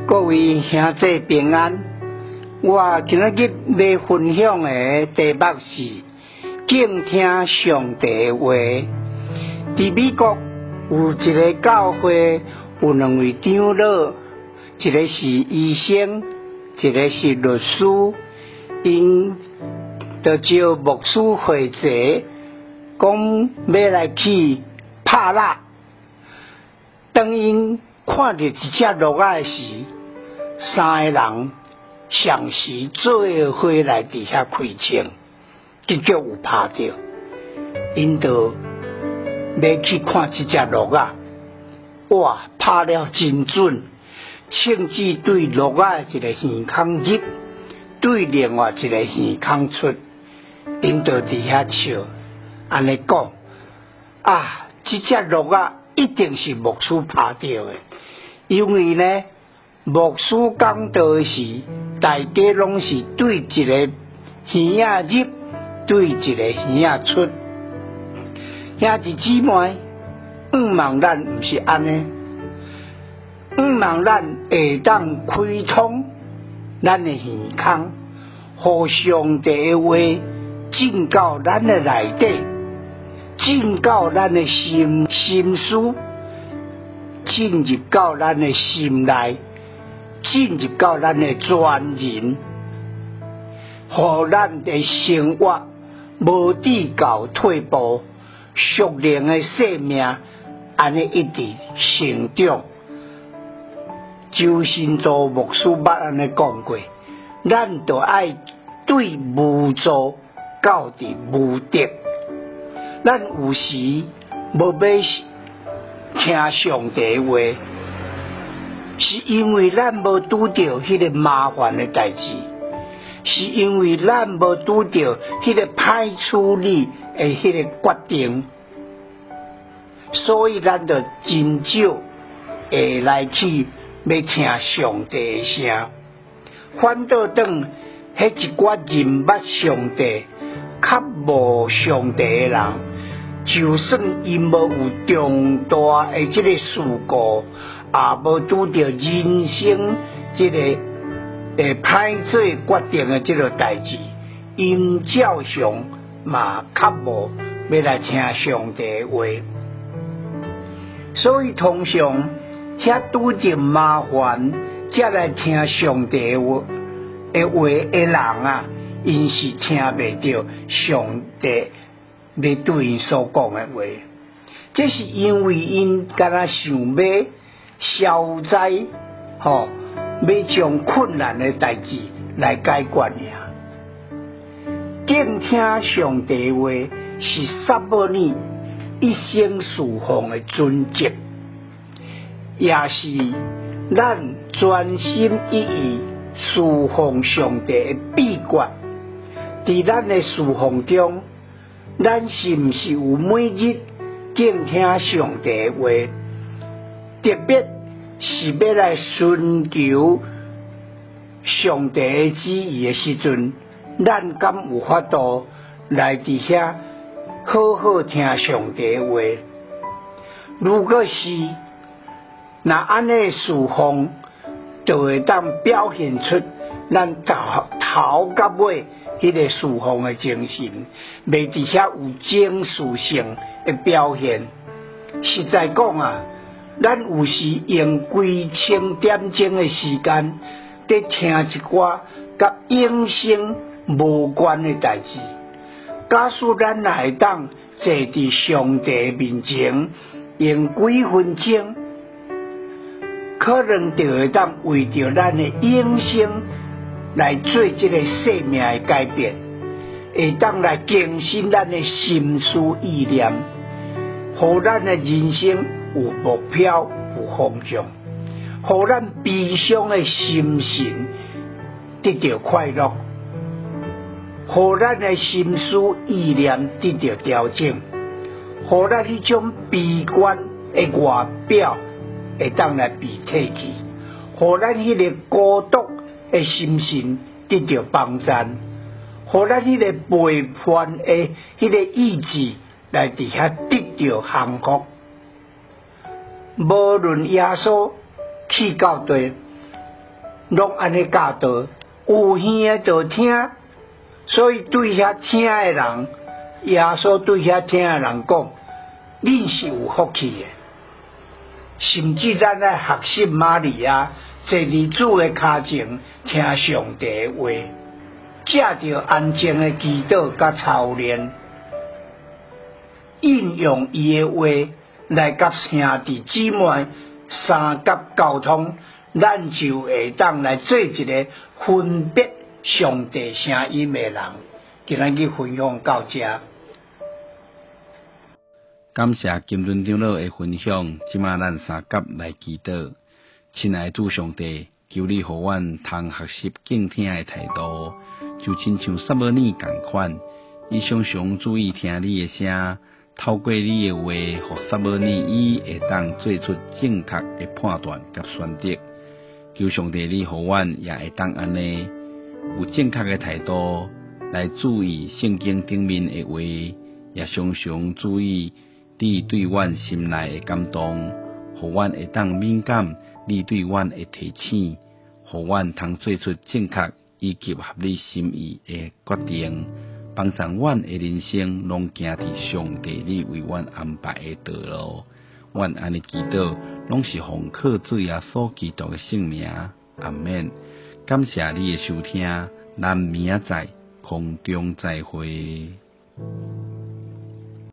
各位兄弟平安，我今日要分享的题目是敬听上帝的话。在美国有一个教会，有两位长老，一个是医生，一个是律师。因就招牧师会者，讲要来去拍蜡。当因看到一只鹿仔时，三个人相时做伙来伫遐开枪，结果有拍到，因就要去看这只鹿仔。哇，拍了真准，枪子对鹿仔一个耳孔入，对另外一个耳孔出，因就伫遐笑，安尼讲啊，这只鹿仔一定是牧师拍到的，因为呢，牧师讲道时，大家拢是对一个耳仔入，对一个耳仔出。兄弟姊妹，望咱毋是安尼，望咱会当开通咱的耳孔，互上帝的话进到咱的内底，进到咱的心思，进入到咱的心内，进入到咱的全人，互咱的生活无底到退步，属灵的生命安尼一直成长。周新造牧师捌安尼讲过，咱就爱对无助到伫无得。咱有时无要听上帝话，是因为咱无拄到迄个麻烦的代志，是因为咱无拄到迄个歹处理的迄个决定，所以咱就真少会来去要听上帝的声。反倒当迄一寡认捌上帝、较无上帝的人，就算因无有重大的这个事故，也无拄到人生这个歹做决定的这个代志，因照常嘛较无要来听上帝的话。所以通常遐拄着麻烦，才来听上帝的话的人啊，因是听袂到上帝要对因所讲的话。这是因为因敢若想要消灾，要将困难的代志来解决尔。敬听上帝的话是撒母耳一生侍奉的准则，也是咱专心一意侍奉上帝的秘诀。在咱的侍奉中，咱是毋是有每日敬听上帝的话？特别是要来寻求上帝的旨意的时阵，咱敢有法度来伫遐好好听上帝的话？如果是，那安尼侍奉就会当表现出咱头到尾迄个侍奉的精神，袂伫遐有警示性的表现。实在讲啊，咱有时用几千点钟的时间，在听一寡甲永生无关的代志。假使咱会当坐伫上帝面前，用几分钟，可能就会当为着咱的永生来做这个生命的改变，会当来更新咱的心思意念，互咱的人生有目标、有方向，互咱悲伤的心情得到快乐，互咱的心思意念得到调整，互咱迄种悲观的外表会当来被褪去，互咱迄个孤独的心情得到帮助，互咱迄个背叛的迄个意志来伫遐得到幸福。无论耶稣去到地， 拢安尼教导，有耳就听。所以对遐听的人，耶稣对遐听的人讲，恁是有福气的。甚至咱来学习玛利亚坐伫主的脚前，听上帝的话，借着安静的祈祷甲操练，应用伊的话来甲兄弟姊妹三甲沟通，咱就会当来做一个分别上帝声音的人。今仔日分享到这。 感谢金轮长老的分享，即马咱三甲来祈祷。亲爱的主上帝，求你互阮通学习敬听的态度，就亲像撒母耳共款，伊常常注意听你的声，透过你的话，互撒母耳伊会当做出正确的判断甲选择。求上帝你互阮也会当安尼，有正确的态度来注意圣经顶面的话，也常常注意你对阮心内的感动，互阮会当敏感你对阮的提醒，互阮通做出正确以及合你心意的决定，帮助阮的人生拢行伫上帝你为阮安排的道路。阮安尼祈祷，拢是奉靠主耶稣基督的圣名，阿免。感谢你的收听，咱明仔载空中再会。